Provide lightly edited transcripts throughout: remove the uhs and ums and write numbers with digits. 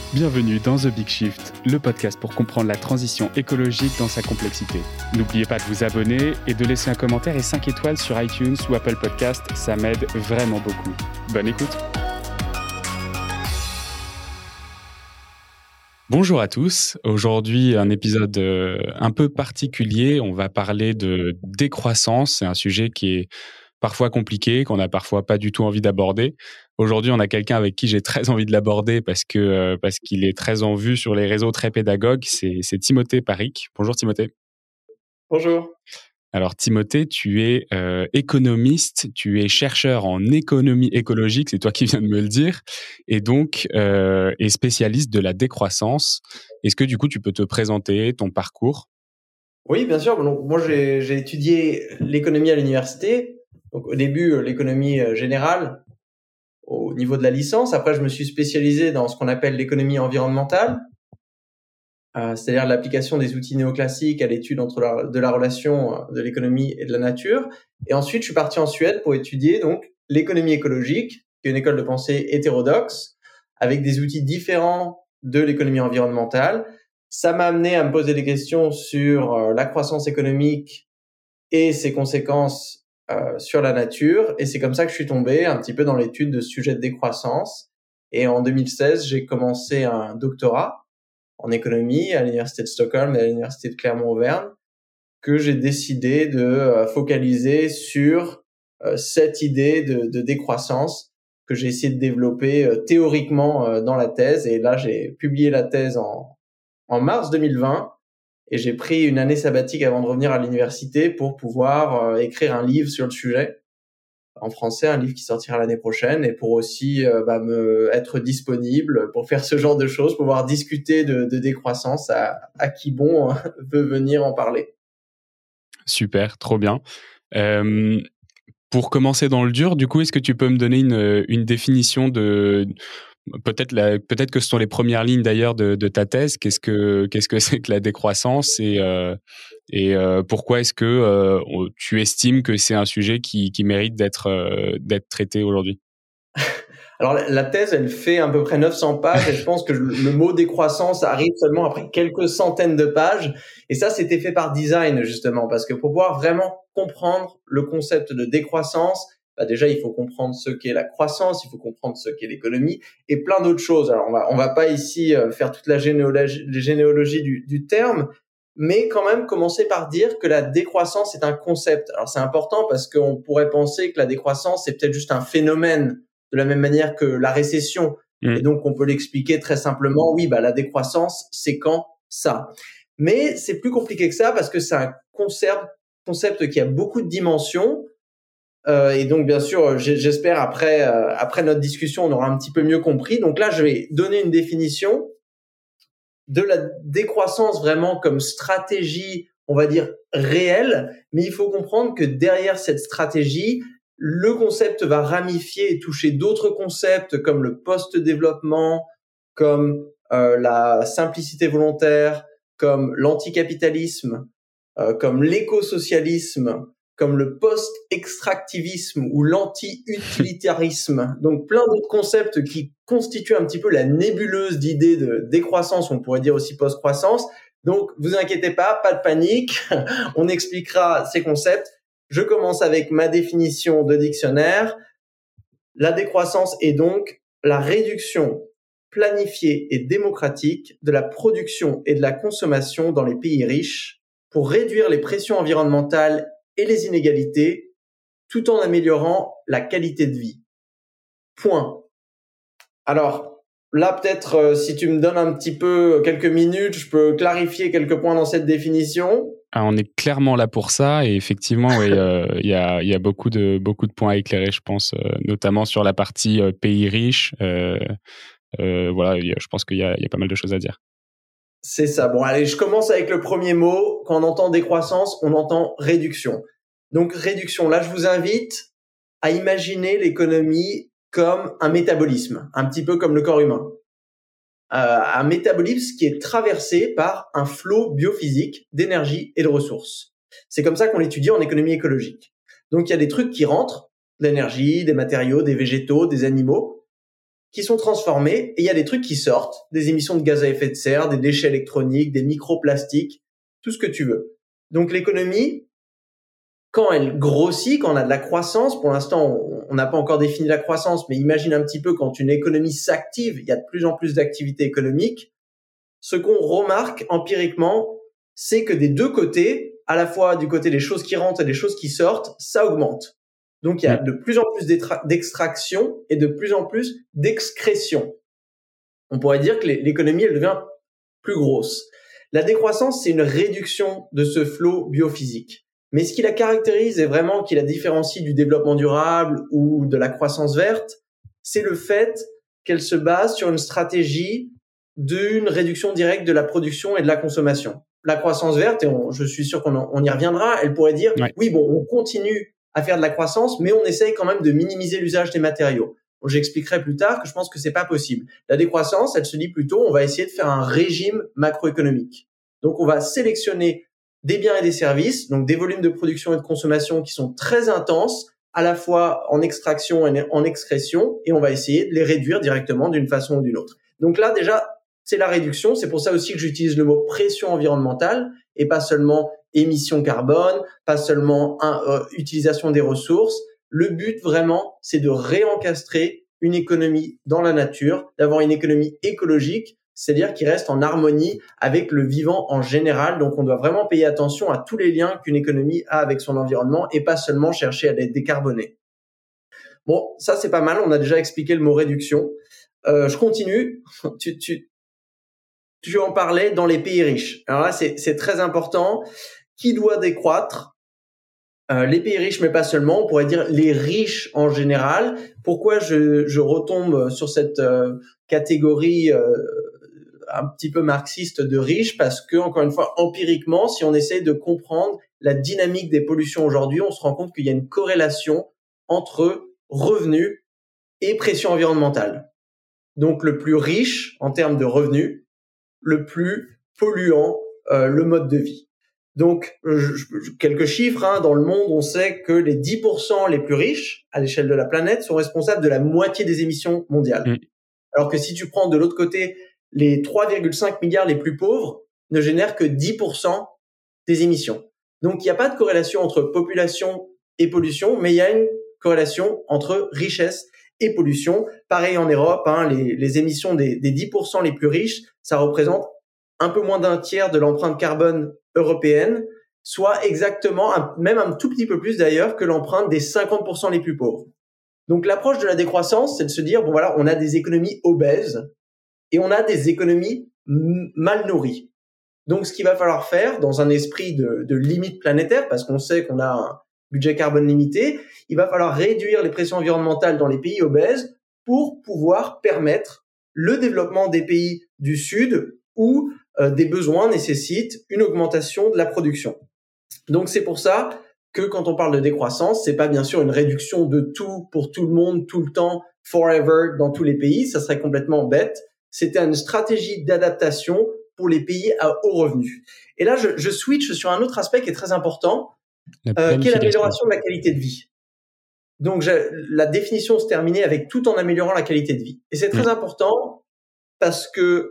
Bienvenue dans The Big Shift, le podcast pour comprendre la transition écologique dans sa complexité. N'oubliez pas de vous abonner et de laisser un commentaire et 5 étoiles sur iTunes ou Apple Podcast, ça m'aide vraiment beaucoup. Bonne écoute. Bonjour à tous, aujourd'hui un épisode un peu particulier, on va parler de décroissance, c'est un sujet qui est parfois compliqué, qu'on n'a parfois pas du tout envie d'aborder. Aujourd'hui, on a quelqu'un avec qui j'ai très envie de l'aborder parce qu'il est très en vue sur les réseaux, très pédagogue, c'est Timothée Parric. Bonjour Timothée. Bonjour. Alors Timothée, tu es économiste, tu es chercheur en économie écologique, c'est toi qui viens de me le dire, et donc est spécialiste de la décroissance. Est-ce que du coup tu peux te présenter ton parcours ? Oui, bien sûr. Donc, moi, j'ai étudié l'économie à l'université. Donc, au début, l'économie générale au niveau de la licence. Après, je me suis spécialisé dans ce qu'on appelle l'économie environnementale, c'est-à-dire l'application des outils néoclassiques à l'étude de la relation de l'économie et de la nature. Et ensuite, je suis parti en Suède pour étudier donc l'économie écologique, qui est une école de pensée hétérodoxe, avec des outils différents de l'économie environnementale. Ça m'a amené à me poser des questions sur la croissance économique et ses conséquences sur la nature. Et c'est comme ça que je suis tombé un petit peu dans l'étude de ce sujet de décroissance. Et en 2016, j'ai commencé un doctorat en économie à l'université de Stockholm et à l'université de Clermont-Auvergne, que j'ai décidé de focaliser sur cette idée de décroissance que j'ai essayé de développer théoriquement dans la thèse. Et là, j'ai publié la thèse en mars 2020 et j'ai pris une année sabbatique avant de revenir à l'université pour pouvoir écrire un livre sur le sujet en français, un livre qui sortira l'année prochaine, et pour aussi être disponible pour faire ce genre de choses, pouvoir discuter de décroissance à qui bon veut venir en parler. Super, trop bien. Pour commencer dans le dur, du coup, est-ce que tu peux me donner une définition de peut-être que ce sont les premières lignes d'ailleurs de ta thèse. Qu'est-ce que c'est que la décroissance et pourquoi est-ce que tu estimes que c'est un sujet qui mérite d'être traité aujourd'hui ? Alors la thèse, elle fait à peu près 900 pages et je pense que le mot décroissance arrive seulement après quelques centaines de pages. Et ça, c'était fait par design justement, parce que pour pouvoir vraiment comprendre le concept de décroissance, déjà, il faut comprendre ce qu'est la croissance, il faut comprendre ce qu'est l'économie et plein d'autres choses. Alors, on va pas ici faire toute la généalogie du terme, mais quand même commencer par dire que la décroissance est un concept. Alors, c'est important parce qu'on pourrait penser que la décroissance, c'est peut-être juste un phénomène de la même manière que la récession. Et donc, on peut l'expliquer très simplement. Oui, la décroissance, c'est quand ça. Mais c'est plus compliqué que ça parce que c'est un concept qui a beaucoup de dimensions. Et donc, bien sûr, j'espère après notre discussion, on aura un petit peu mieux compris. Donc là, je vais donner une définition de la décroissance vraiment comme stratégie, on va dire, réelle. Mais il faut comprendre que derrière cette stratégie, le concept va ramifier et toucher d'autres concepts comme le post-développement, comme la simplicité volontaire, comme l'anticapitalisme, comme l'écosocialisme, comme le post-extractivisme ou l'anti-utilitarisme. Donc, plein d'autres concepts qui constituent un petit peu la nébuleuse d'idées de décroissance, on pourrait dire aussi post-croissance. Donc, vous inquiétez pas de panique, on expliquera ces concepts. Je commence avec ma définition de dictionnaire. La décroissance est donc la réduction planifiée et démocratique de la production et de la consommation dans les pays riches pour réduire les pressions environnementales et les inégalités, tout en améliorant la qualité de vie. Point. Alors, là, peut-être, si tu me donnes un petit peu quelques minutes, je peux clarifier quelques points dans cette définition. On est clairement là pour ça, et effectivement, il y a beaucoup de points à éclairer, je pense, notamment sur la partie pays riches. Voilà, je pense qu'il y a pas mal de choses à dire. C'est ça. Bon, allez, je commence avec le premier mot. Quand on entend décroissance, on entend réduction. Donc, réduction. Là, je vous invite à imaginer l'économie comme un métabolisme, un petit peu comme le corps humain. Un métabolisme qui est traversé par un flot biophysique d'énergie et de ressources. C'est comme ça qu'on l'étudie en économie écologique. Donc, il y a des trucs qui rentrent, de l'énergie, des matériaux, des végétaux, des animaux. qui sont transformés et il y a des trucs qui sortent, des émissions de gaz à effet de serre, des déchets électroniques, des microplastiques, tout ce que tu veux. Donc l'économie, quand elle grossit, quand on a de la croissance, pour l'instant on n'a pas encore défini la croissance, mais imagine un petit peu quand une économie s'active, il y a de plus en plus d'activités économiques. Ce qu'on remarque empiriquement, c'est que des deux côtés, à la fois du côté des choses qui rentrent et des choses qui sortent, ça augmente. Donc il y a de plus en plus d'extraction et de plus en plus d'excrétion. On pourrait dire que l'économie, elle devient plus grosse. La décroissance, c'est une réduction de ce flot biophysique. Mais ce qui la caractérise et vraiment qui la différencie du développement durable ou de la croissance verte, c'est le fait qu'elle se base sur une stratégie d'une réduction directe de la production et de la consommation. La croissance verte, et je suis sûr qu'on y reviendra, elle pourrait dire, oui, bon, on continue à faire de la croissance, mais on essaye quand même de minimiser l'usage des matériaux. Donc, j'expliquerai plus tard que je pense que c'est pas possible. La décroissance, elle se dit plutôt, on va essayer de faire un régime macroéconomique. Donc, on va sélectionner des biens et des services, donc des volumes de production et de consommation qui sont très intenses, à la fois en extraction et en excrétion, et on va essayer de les réduire directement d'une façon ou d'une autre. Donc là, déjà, c'est la réduction. C'est pour ça aussi que j'utilise le mot pression environnementale et pas seulement émissions carbone, pas seulement utilisation des ressources. Le but vraiment, c'est de réencastrer une économie dans la nature, d'avoir une économie écologique, c'est-à-dire qui reste en harmonie avec le vivant en général. Donc, on doit vraiment payer attention à tous les liens qu'une économie a avec son environnement et pas seulement chercher à les décarboner. Bon, ça, c'est pas mal. On a déjà expliqué le mot réduction. Je continue. Tu en parlais dans les pays riches. Alors là, c'est très important. Qui doit décroître? Les pays riches, mais pas seulement. On pourrait dire les riches en général. Pourquoi je retombe sur cette catégorie un petit peu marxiste de riches? Parce que, encore une fois, empiriquement, si on essaie de comprendre la dynamique des pollutions aujourd'hui, on se rend compte qu'il y a une corrélation entre revenus et pression environnementale. Donc, le plus riche en termes de revenus, le plus polluant le mode de vie. Donc, quelques chiffres, dans le monde, on sait que les 10% les plus riches à l'échelle de la planète sont responsables de la moitié des émissions mondiales. Alors que si tu prends de l'autre côté, les 3,5 milliards les plus pauvres ne génèrent que 10% des émissions. Donc, il n'y a pas de corrélation entre population et pollution, mais il y a une corrélation entre richesse et pollution. Pareil en Europe, les émissions des 10% les plus riches, ça représente un peu moins d'un tiers de l'empreinte carbone européenne, soit exactement, même un tout petit peu plus d'ailleurs, que l'empreinte des 50% les plus pauvres. Donc l'approche de la décroissance, c'est de se dire, bon voilà, on a des économies obèses et on a des économies mal nourries. Donc ce qu'il va falloir faire, dans un esprit de limite planétaire, parce qu'on sait qu'on a un budget carbone limité, il va falloir réduire les pressions environnementales dans les pays obèses pour pouvoir permettre le développement des pays du Sud où des besoins nécessitent une augmentation de la production. Donc c'est pour ça que quand on parle de décroissance, c'est pas bien sûr une réduction de tout pour tout le monde, tout le temps, forever dans tous les pays, ça serait complètement bête. C'était une stratégie d'adaptation pour les pays à haut revenu. Et là, je switch sur un autre aspect qui est très important, qui est l'amélioration de la qualité de vie. Donc, la définition se terminait avec tout en améliorant la qualité de vie. Et c'est très important parce que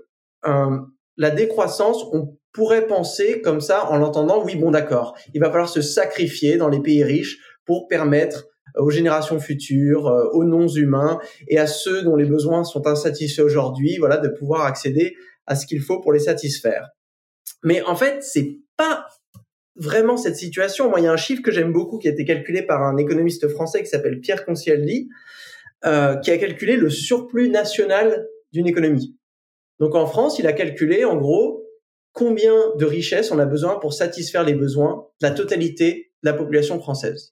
la décroissance, on pourrait penser comme ça en l'entendant, oui, bon, d'accord, il va falloir se sacrifier dans les pays riches pour permettre aux générations futures, aux non-humains et à ceux dont les besoins sont insatisfaits aujourd'hui, voilà, de pouvoir accéder à ce qu'il faut pour les satisfaire. Mais en fait, c'est pas vraiment cette situation. Moi, il y a un chiffre que j'aime beaucoup qui a été calculé par un économiste français qui s'appelle Pierre Concialdi, qui a calculé le surplus national d'une économie. Donc en France, il a calculé en gros combien de richesses on a besoin pour satisfaire les besoins de la totalité de la population française.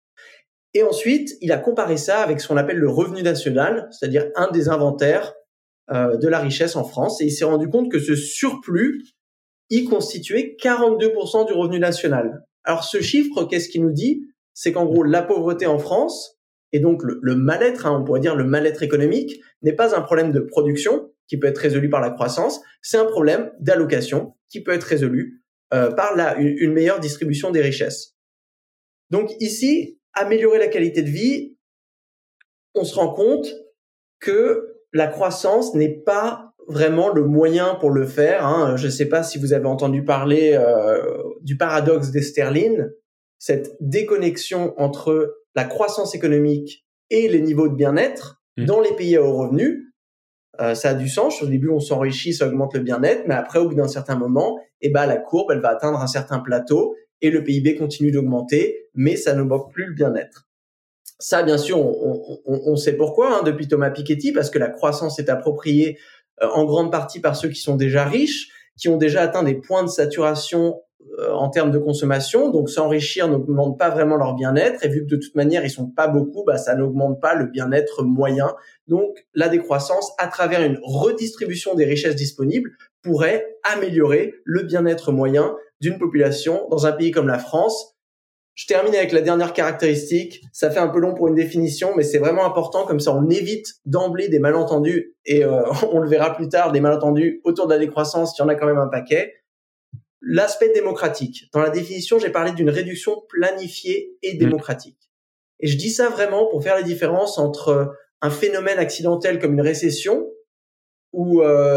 Et ensuite, il a comparé ça avec ce qu'on appelle le revenu national, c'est-à-dire un des inventaires de la richesse en France. Et il s'est rendu compte que ce surplus, il constituait 42% du revenu national. Alors ce chiffre, qu'est-ce qu'il nous dit? C'est qu'en gros, la pauvreté en France, et donc le mal-être, on pourrait dire le mal-être économique, n'est pas un problème de production qui peut être résolu par la croissance, c'est un problème d'allocation qui peut être résolu par une meilleure distribution des richesses. Donc ici, améliorer la qualité de vie, on se rend compte que la croissance n'est pas vraiment le moyen pour le faire, hein. Je ne sais pas si vous avez entendu parler du paradoxe d'Esterlin, cette déconnexion entre la croissance économique et les niveaux de bien-être dans les pays à haut revenu. Ça a du sens. Au début, on s'enrichit, ça augmente le bien-être, mais après, au bout d'un certain moment, la courbe, elle va atteindre un certain plateau et le PIB continue d'augmenter, mais ça n'augmente plus le bien-être. Ça, bien sûr, on sait pourquoi, hein, depuis Thomas Piketty, parce que la croissance est appropriée en grande partie par ceux qui sont déjà riches, qui ont déjà atteint des points de saturation en termes de consommation, donc s'enrichir n'augmente pas vraiment leur bien-être, et vu que de toute manière ils sont pas beaucoup, ça n'augmente pas le bien-être moyen. Donc la décroissance, à travers une redistribution des richesses disponibles, pourrait améliorer le bien-être moyen d'une population dans un pays comme la France. Je termine avec la dernière caractéristique. Ça fait un peu long pour une définition, mais c'est vraiment important, comme ça on évite d'emblée des malentendus, et on le verra plus tard, des malentendus autour de la décroissance, il y en a quand même un paquet. L'aspect démocratique. Dans la définition, j'ai parlé d'une réduction planifiée et démocratique. Et je dis ça vraiment pour faire la différence entre un phénomène accidentel comme une récession ou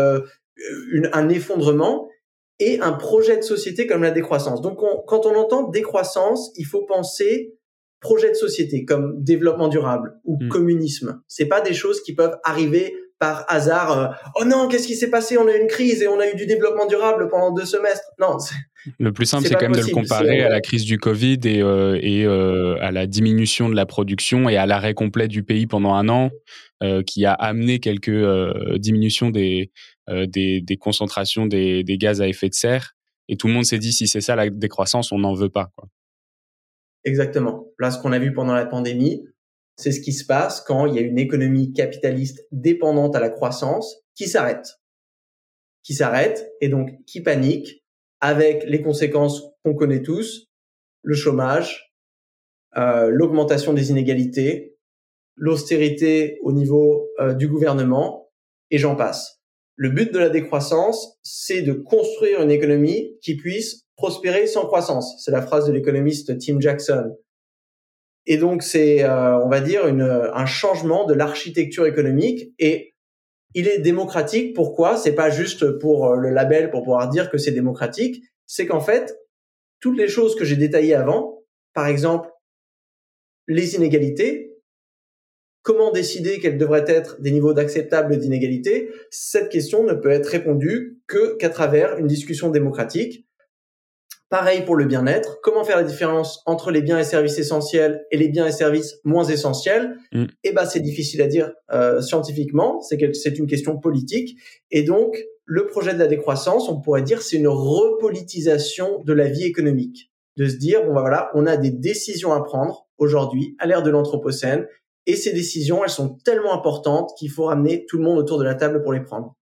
un effondrement et un projet de société comme la décroissance. Donc, quand on entend décroissance, il faut penser projet de société comme développement durable ou communisme. C'est pas des choses qui peuvent arriver par hasard. Oh non, qu'est-ce qui s'est passé? On a eu une crise et on a eu du développement durable pendant 2 semestres. Non. Le plus simple, c'est quand même de le comparer à la crise du Covid et à la diminution de la production et à l'arrêt complet du pays pendant 1 an, qui a amené quelques diminutions des concentrations des gaz à effet de serre. Et tout le monde s'est dit, si c'est ça la décroissance, on n'en veut pas, quoi. Exactement. Là, ce qu'on a vu pendant la pandémie, c'est ce qui se passe quand il y a une économie capitaliste dépendante à la croissance qui s'arrête et donc qui panique, avec les conséquences qu'on connaît tous, le chômage, l'augmentation des inégalités, l'austérité au niveau du gouvernement, et j'en passe. Le but de la décroissance, c'est de construire une économie qui puisse prospérer sans croissance. C'est la phrase de l'économiste Tim Jackson. Et donc, c'est, on va dire, un changement de l'architecture économique. Et il est démocratique. Pourquoi? C'est pas juste pour le label, pour pouvoir dire que c'est démocratique. C'est qu'en fait, toutes les choses que j'ai détaillées avant, par exemple, les inégalités, comment décider quels devraient être des niveaux d'acceptable d'inégalité, cette question ne peut être répondue qu'à travers une discussion démocratique. Pareil pour le bien-être. Comment faire la différence entre les biens et services essentiels et les biens et services moins essentiels? C'est difficile à dire scientifiquement. C'est une question politique. Et donc, le projet de la décroissance, on pourrait dire, c'est une repolitisation de la vie économique. De se dire, on a des décisions à prendre aujourd'hui, à l'ère de l'Anthropocène, et ces décisions, elles sont tellement importantes qu'il faut ramener tout le monde autour de la table pour les prendre.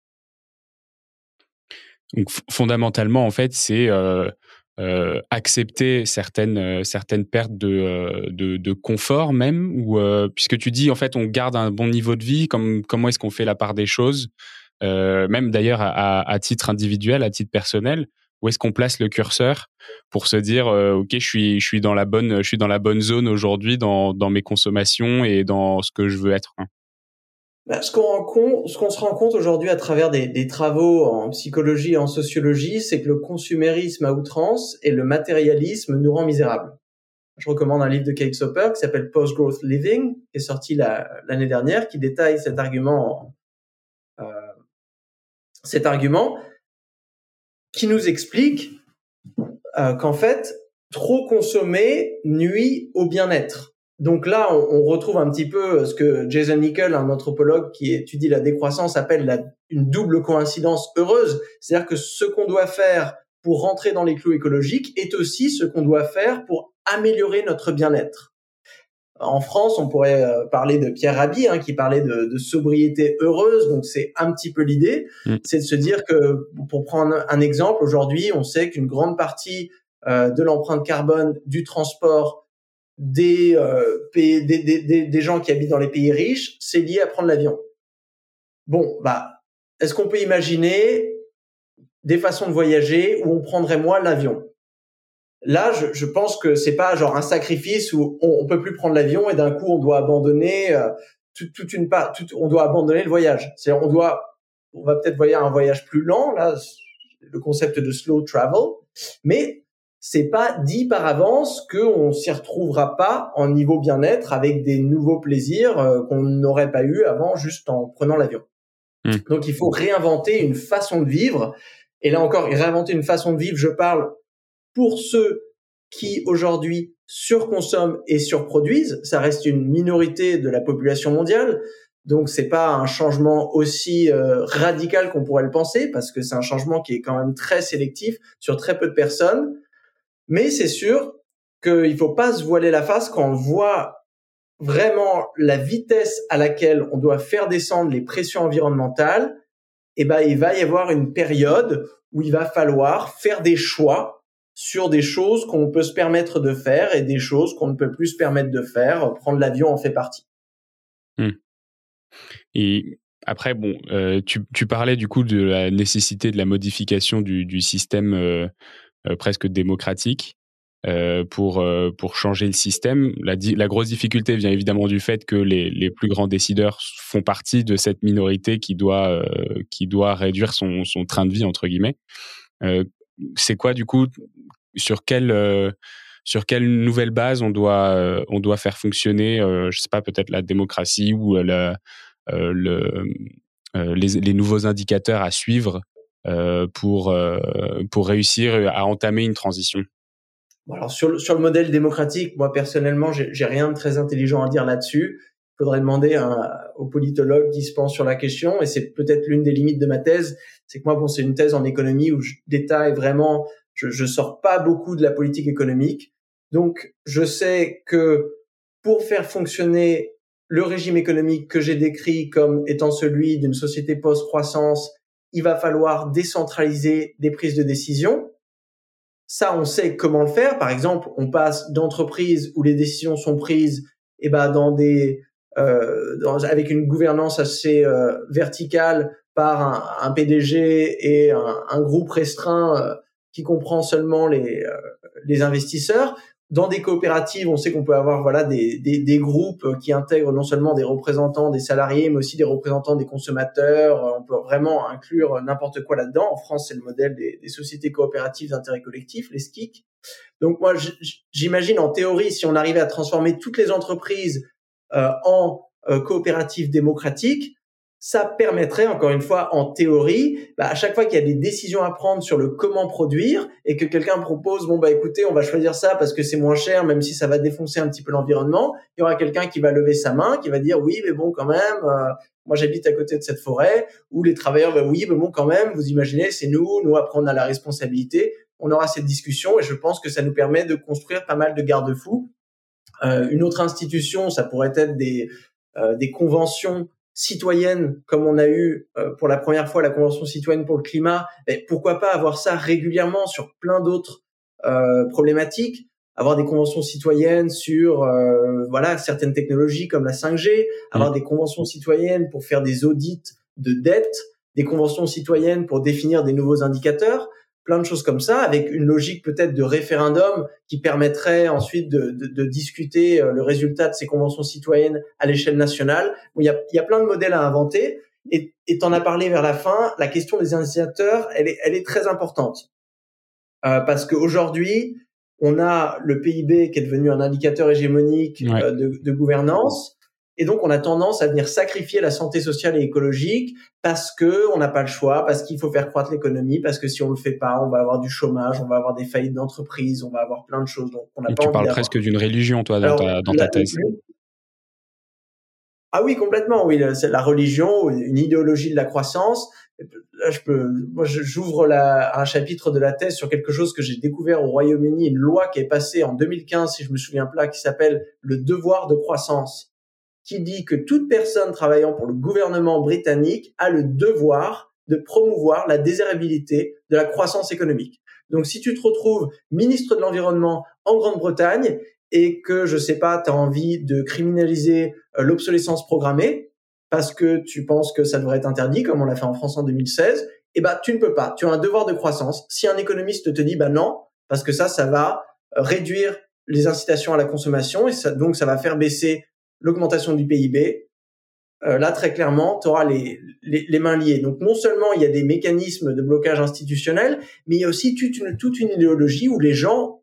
Donc, fondamentalement, en fait, c'est accepter certaines pertes de confort même, ou puisque tu dis en fait on garde un bon niveau de vie, comment est-ce qu'on fait la part des choses, même d'ailleurs à titre individuel, à titre personnel, où est-ce qu'on place le curseur pour se dire ok, je suis dans la bonne zone aujourd'hui dans mes consommations et dans ce que je veux être, hein. Ce qu'on se rend compte aujourd'hui à travers des travaux en psychologie et en sociologie, c'est que le consumérisme à outrance et le matérialisme nous rend misérables. Je recommande un livre de Kate Soper qui s'appelle Post-Growth Living, qui est sorti l'année dernière, qui détaille cet argument qui nous explique qu'en fait, trop consommer nuit au bien-être. Donc là, on retrouve un petit peu ce que Jason Nickel, un anthropologue qui étudie la décroissance, appelle une double coïncidence heureuse. C'est-à-dire que ce qu'on doit faire pour rentrer dans les clous écologiques est aussi ce qu'on doit faire pour améliorer notre bien-être. En France, on pourrait parler de Pierre Rabhi, qui parlait de sobriété heureuse. Donc c'est un petit peu l'idée, c'est de se dire que, pour prendre un exemple, aujourd'hui, on sait qu'une grande partie de l'empreinte carbone du transport des gens qui habitent dans les pays riches, c'est lié à prendre l'avion. Bon, est-ce qu'on peut imaginer des façons de voyager où on prendrait moins l'avion? Là, je pense que c'est pas genre un sacrifice où on peut plus prendre l'avion et d'un coup on doit abandonner on doit abandonner le voyage. C'est-à-dire, on va peut-être voyager un voyage plus lent, là, le concept de slow travel, mais c'est pas dit par avance qu'on s'y retrouvera pas en niveau bien-être avec des nouveaux plaisirs qu'on n'aurait pas eu avant juste en prenant l'avion. Donc, il faut réinventer une façon de vivre. Et là encore, réinventer une façon de vivre, je parle pour ceux qui aujourd'hui surconsomment et surproduisent. Ça reste une minorité de la population mondiale. Donc, c'est pas un changement aussi radical qu'on pourrait le penser, parce que c'est un changement qui est quand même très sélectif sur très peu de personnes. Mais c'est sûr qu'il faut pas se voiler la face quand on voit vraiment la vitesse à laquelle on doit faire descendre les pressions environnementales. Il va y avoir une période où il va falloir faire des choix sur des choses qu'on peut se permettre de faire et des choses qu'on ne peut plus se permettre de faire. Prendre l'avion en fait partie. Et après, tu parlais du coup de la nécessité de la modification du système presque démocratique pour changer le système. La grosse difficulté vient évidemment du fait que les plus grands décideurs font partie de cette minorité qui doit réduire son train de vie, entre guillemets. C'est quoi du coup, sur quelle nouvelle base on doit faire fonctionner, je sais pas, peut-être la démocratie ou les nouveaux indicateurs à suivre pour réussir à entamer une transition? Bon, alors sur le modèle démocratique, moi personnellement, j'ai rien de très intelligent à dire là-dessus. Il faudrait demander aux politologues qui se penchent sur la question, et c'est peut-être l'une des limites de ma thèse. C'est que moi, c'est une thèse en économie où je détaille vraiment, je sors pas beaucoup de la politique économique. Donc, je sais que pour faire fonctionner le régime économique que j'ai décrit comme étant celui d'une société post-croissance, il va falloir décentraliser des prises de décision. Ça, on sait comment le faire. Par exemple, on passe d'entreprises où les décisions sont prises, avec une gouvernance assez verticale par un PDG et un groupe restreint qui comprend seulement les investisseurs. Dans des coopératives, on sait qu'on peut avoir des groupes qui intègrent non seulement des représentants des salariés, mais aussi des représentants des consommateurs. On peut vraiment inclure n'importe quoi là-dedans. En France, c'est le modèle des sociétés coopératives d'intérêt collectif, les SCIC. Donc moi, j'imagine en théorie, si on arrivait à transformer toutes les entreprises en coopératives démocratiques, ça permettrait, encore une fois, en théorie, à chaque fois qu'il y a des décisions à prendre sur le comment produire et que quelqu'un propose, écoutez, on va choisir ça parce que c'est moins cher, même si ça va défoncer un petit peu l'environnement, il y aura quelqu'un qui va lever sa main, qui va dire oui, mais bon, quand même, moi j'habite à côté de cette forêt, ou les travailleurs, oui, mais bon, quand même, vous imaginez, c'est nous, après on a la responsabilité. On aura cette discussion et je pense que ça nous permet de construire pas mal de garde-fous. Une autre institution, ça pourrait être des conventions citoyennes, comme on a eu pour la première fois la Convention citoyenne pour le climat. Mais pourquoi pas avoir ça régulièrement sur plein d'autres problématiques, avoir des conventions citoyennes sur certaines technologies comme la 5G, avoir des conventions citoyennes pour faire des audits de dette, des conventions citoyennes pour définir des nouveaux indicateurs, plein de choses comme ça, avec une logique peut-être de référendum qui permettrait ensuite de discuter le résultat de ces conventions citoyennes à l'échelle nationale. Bon, il y a plein de modèles à inventer. Et t'en as parlé vers la fin, la question des indicateurs, elle est très importante. Parce qu'aujourd'hui, on a le PIB qui est devenu un indicateur hégémonique de gouvernance. Et donc, on a tendance à venir sacrifier la santé sociale et écologique parce que on n'a pas le choix, parce qu'il faut faire croître l'économie, parce que si on le fait pas, on va avoir du chômage, on va avoir des faillites d'entreprises, on va avoir plein de choses. Donc, on n'a pas envie d'avoir. Tu parles presque d'une religion, toi, dans ta thèse. Ah oui, complètement, oui. C'est la religion, une idéologie de la croissance. Là, j'ouvre un chapitre de la thèse sur quelque chose que j'ai découvert au Royaume-Uni, une loi qui est passée en 2015, si je me souviens pas, qui s'appelle le devoir de croissance, qui dit que toute personne travaillant pour le gouvernement britannique a le devoir de promouvoir la désirabilité de la croissance économique. Donc, si tu te retrouves ministre de l'Environnement en Grande-Bretagne et que, je sais pas, tu as envie de criminaliser l'obsolescence programmée parce que tu penses que ça devrait être interdit, comme on l'a fait en France en 2016, tu ne peux pas. Tu as un devoir de croissance. Si un économiste te dit non, parce que ça va réduire les incitations à la consommation et donc ça va faire baisser l'augmentation du PIB, là, très clairement, tu auras les mains liées. Donc, non seulement il y a des mécanismes de blocage institutionnel, mais il y a aussi toute une idéologie où les gens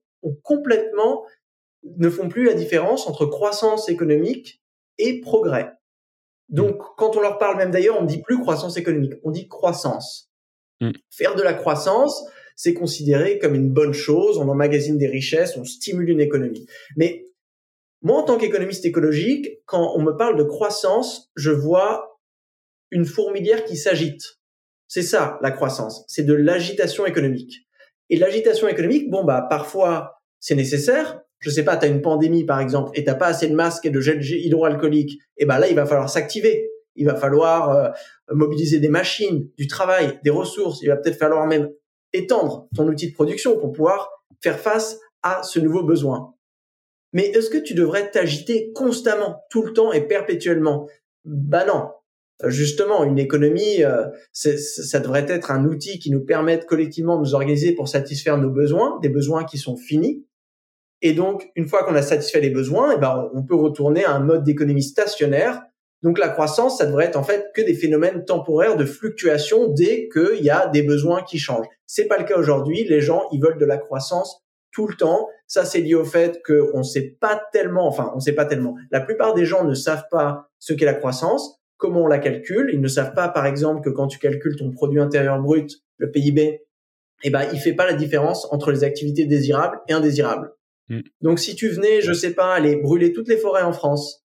ne font plus la différence entre croissance économique et progrès. Donc, quand on leur parle, même d'ailleurs, on ne dit plus croissance économique, on dit croissance. Faire de la croissance, c'est considéré comme une bonne chose, on emmagasine des richesses, on stimule une économie. Mais moi, en tant qu'économiste écologique, quand on me parle de croissance, je vois une fourmilière qui s'agite. C'est ça, la croissance. C'est de l'agitation économique. Et l'agitation économique, parfois, c'est nécessaire. Je sais pas, t'as une pandémie, par exemple, et t'as pas assez de masques et de gel hydroalcoolique. Et là, il va falloir s'activer. Il va falloir mobiliser des machines, du travail, des ressources. Il va peut-être falloir même étendre ton outil de production pour pouvoir faire face à ce nouveau besoin. Mais est-ce que tu devrais t'agiter constamment, tout le temps et perpétuellement? Non. Justement, une économie, ça devrait être un outil qui nous permette collectivement de nous organiser pour satisfaire nos besoins, des besoins qui sont finis. Et donc, une fois qu'on a satisfait les besoins, on peut retourner à un mode d'économie stationnaire. Donc, la croissance, ça devrait être en fait que des phénomènes temporaires de fluctuation dès qu'il y a des besoins qui changent. C'est pas le cas aujourd'hui. Les gens, ils veulent de la croissance tout le temps. Ça, c'est lié au fait on sait pas tellement. La plupart des gens ne savent pas ce qu'est la croissance, comment on la calcule. Ils ne savent pas, par exemple, que quand tu calcules ton produit intérieur brut, le PIB, il fait pas la différence entre les activités désirables et indésirables. Donc, si tu venais, je sais pas, aller brûler toutes les forêts en France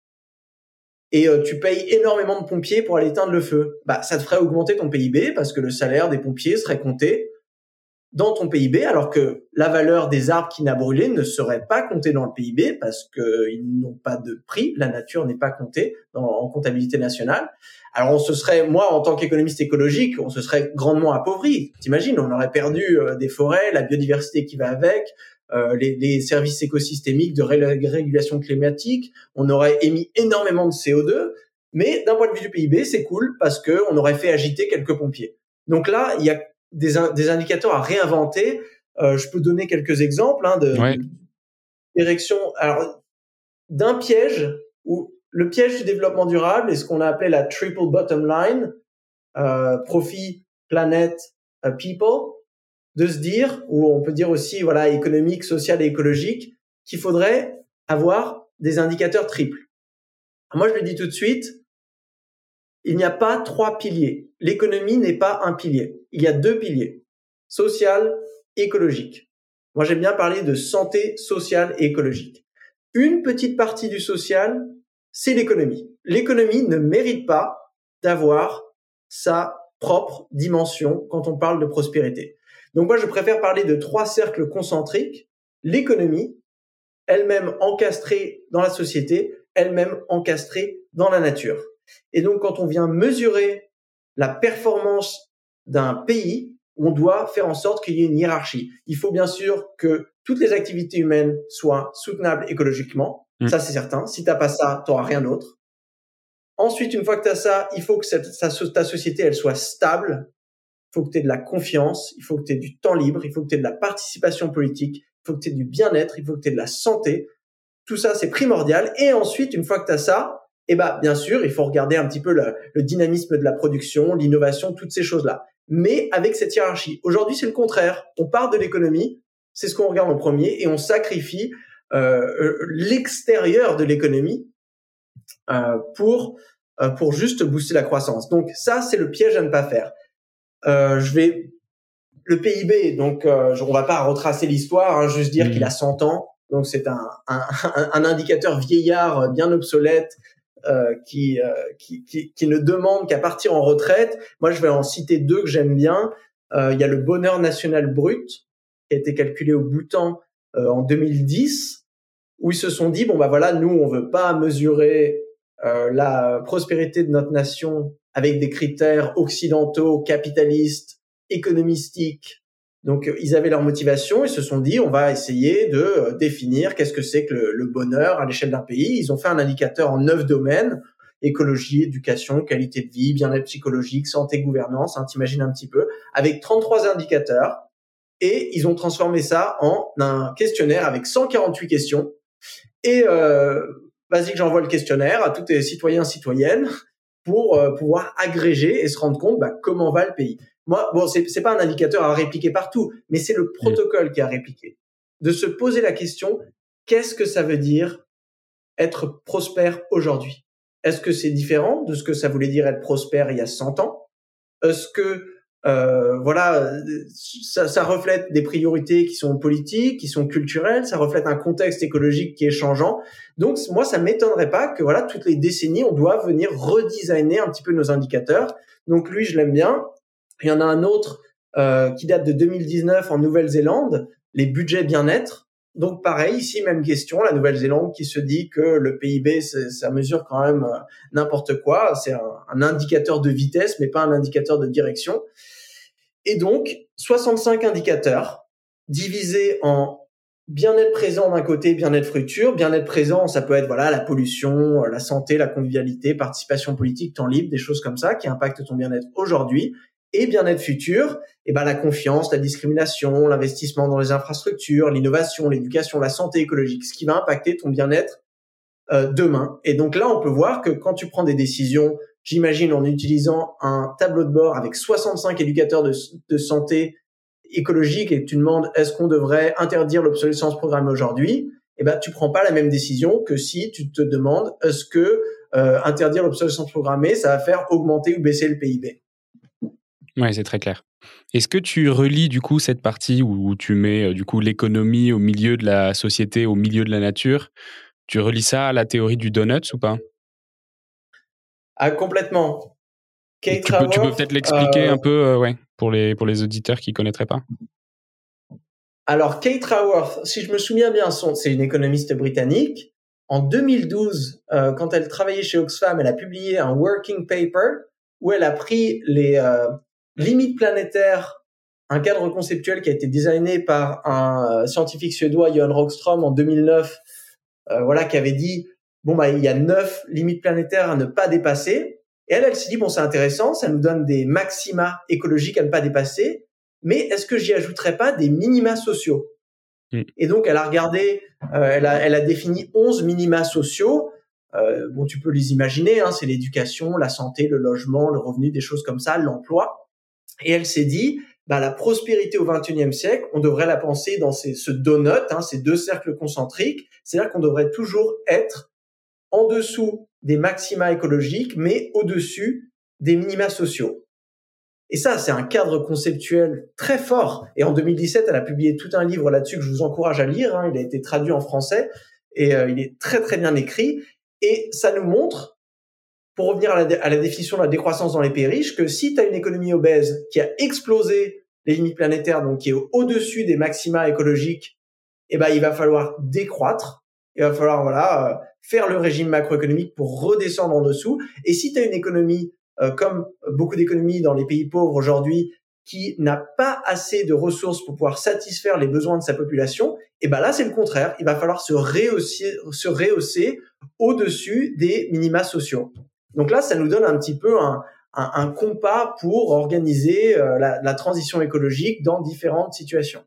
et tu payes énormément de pompiers pour aller éteindre le feu, ça te ferait augmenter ton PIB parce que le salaire des pompiers serait compté dans ton PIB, alors que la valeur des arbres qui n'a brûlé ne serait pas comptée dans le PIB parce qu'ils n'ont pas de prix. La nature n'est pas comptée en comptabilité nationale. Alors, moi, en tant qu'économiste écologique, on se serait grandement appauvri. T'imagines, on aurait perdu des forêts, la biodiversité qui va avec, les services écosystémiques de régulation climatique. On aurait émis énormément de CO2. Mais d'un point de vue du PIB, c'est cool parce que on aurait fait agiter quelques pompiers. Donc là, il y a des indicateurs à réinventer. Je peux donner quelques exemples de direction. Alors, d'un piège où le piège du développement durable est ce qu'on a appelé la triple bottom line, profit, planète, people, de se dire, ou on peut dire aussi économique, social et écologique, qu'il faudrait avoir des indicateurs triples. Moi, je le dis tout de suite, il n'y a pas 3 piliers. L'économie n'est pas un pilier. Il y a 2 piliers, social et écologique. Moi, j'aime bien parler de santé sociale et écologique. Une petite partie du social, c'est l'économie. L'économie ne mérite pas d'avoir sa propre dimension quand on parle de prospérité. Donc moi, je préfère parler de 3 cercles concentriques. L'économie, elle-même encastrée dans la société, elle-même encastrée dans la nature. Et donc, quand on vient mesurer la performance d'un pays, on doit faire en sorte qu'il y ait une hiérarchie. Il faut bien sûr que toutes les activités humaines soient soutenables écologiquement. Ça, c'est certain. Si t'as pas ça, t'auras rien d'autre. Ensuite, une fois que t'as ça, il faut que ta société, elle soit stable. Il faut que t'aies de la confiance. Il faut que t'aies du temps libre. Il faut que t'aies de la participation politique. Il faut que t'aies du bien-être. Il faut que t'aies de la santé. Tout ça, c'est primordial. Et ensuite, une fois que t'as ça, bien sûr, il faut regarder un petit peu le dynamisme de la production, l'innovation, toutes ces choses-là. Mais avec cette hiérarchie. Aujourd'hui, c'est le contraire. On part de l'économie, c'est ce qu'on regarde en premier, et on sacrifie l'extérieur de l'économie pour juste booster la croissance. Donc ça, c'est le piège à ne pas faire. Le PIB, donc on va pas retracer l'histoire, juste dire qu'il a 100 ans. Donc c'est un indicateur vieillard bien obsolète. Qui ne demande qu'à partir en retraite. Moi, je vais en citer 2 que j'aime bien. Il y a le bonheur national brut qui a été calculé au Bhoutan en 2010, où ils se sont dit nous on veut pas mesurer la prospérité de notre nation avec des critères occidentaux, capitalistes, économistiques. Donc, ils avaient leur motivation, ils se sont dit, on va essayer de définir qu'est-ce que c'est que le bonheur à l'échelle d'un pays. Ils ont fait un indicateur en 9 domaines, écologie, éducation, qualité de vie, bien-être psychologique, santé, gouvernance, t'imagines un petit peu, avec 33 indicateurs. Et ils ont transformé ça en un questionnaire avec 148 questions. Et vas-y que j'envoie le questionnaire à tous les citoyens, citoyennes. pour pouvoir agréger et se rendre compte comment va le pays. Moi, bon, c'est pas un indicateur à répliquer partout, mais c'est le protocole qui est à répliquer. De se poser la question, qu'est-ce que ça veut dire être prospère aujourd'hui? Est-ce que c'est différent de ce que ça voulait dire être prospère il y a 100 ans? Est-ce que ça reflète des priorités qui sont politiques, qui sont culturelles, ça reflète un contexte écologique qui est changeant. Donc moi, ça m'étonnerait pas que toutes les décennies, on doit venir redesigner un petit peu nos indicateurs. Donc lui, je l'aime bien. Il y en a un autre qui date de 2019 en Nouvelle-Zélande, les budgets bien-être. Donc pareil, ici, même question, la Nouvelle-Zélande qui se dit que le PIB, ça mesure quand même n'importe quoi. C'est un indicateur de vitesse, mais pas un indicateur de direction. Et donc, 65 indicateurs divisés en bien-être présent d'un côté, bien-être futur. Bien-être présent, ça peut être la pollution, la santé, la convivialité, participation politique, temps libre, des choses comme ça qui impactent ton bien-être aujourd'hui. Et bien-être futur, la confiance, la discrimination, l'investissement dans les infrastructures, l'innovation, l'éducation, la santé écologique, ce qui va impacter ton bien-être demain. Et donc là, on peut voir que quand tu prends des décisions, j'imagine en utilisant un tableau de bord avec 65 indicateurs de santé écologique et que tu demandes est-ce qu'on devrait interdire l'obsolescence programmée aujourd'hui, tu prends pas la même décision que si tu te demandes est-ce que interdire l'obsolescence programmée, ça va faire augmenter ou baisser le PIB. Ouais, c'est très clair. Est-ce que tu relis du coup cette partie où tu mets du coup l'économie au milieu de la société, au milieu de la nature? Tu relis ça à la théorie du donut ou pas? Ah, complètement. Tu peux peut-être l'expliquer un peu pour les auditeurs qui connaîtraient pas. Alors, Kate Raworth, si je me souviens bien, c'est une économiste britannique. En 2012, quand elle travaillait chez Oxfam, elle a publié un working paper où elle a pris les limites planétaires, un cadre conceptuel qui a été designé par un scientifique suédois, Johan Rockström, en 2009, qui avait dit il y a 9 limites planétaires à ne pas dépasser. Et elle s'est dit c'est intéressant, ça nous donne des maxima écologiques à ne pas dépasser, mais est-ce que j'y ajouterais pas des minima sociaux? Et donc elle a regardé, elle a défini 11 minima sociaux. Tu peux les imaginer, c'est l'éducation, la santé, le logement, le revenu, des choses comme ça, l'emploi. Et elle s'est dit, la prospérité au XXIe siècle, on devrait la penser dans ce donut, ces deux cercles concentriques. C'est-à-dire qu'on devrait toujours être en dessous des maxima écologiques, mais au-dessus des minima sociaux. Et ça, c'est un cadre conceptuel très fort. Et en 2017, elle a publié tout un livre là-dessus que je vous encourage à lire. Il a été traduit en français et il est très, très bien écrit. Et ça nous montre, pour revenir à la définition de la décroissance dans les pays riches, que si tu as une économie obèse qui a explosé les limites planétaires, donc qui est au-dessus des maxima écologiques, il va falloir décroître. Il va falloir faire le régime macroéconomique pour redescendre en dessous. Et si tu as une économie, comme beaucoup d'économies dans les pays pauvres aujourd'hui, qui n'a pas assez de ressources pour pouvoir satisfaire les besoins de sa population, là c'est le contraire. Il va falloir se rehausser au-dessus des minima sociaux. Donc là, ça nous donne un petit peu un compas pour organiser la transition écologique dans différentes situations.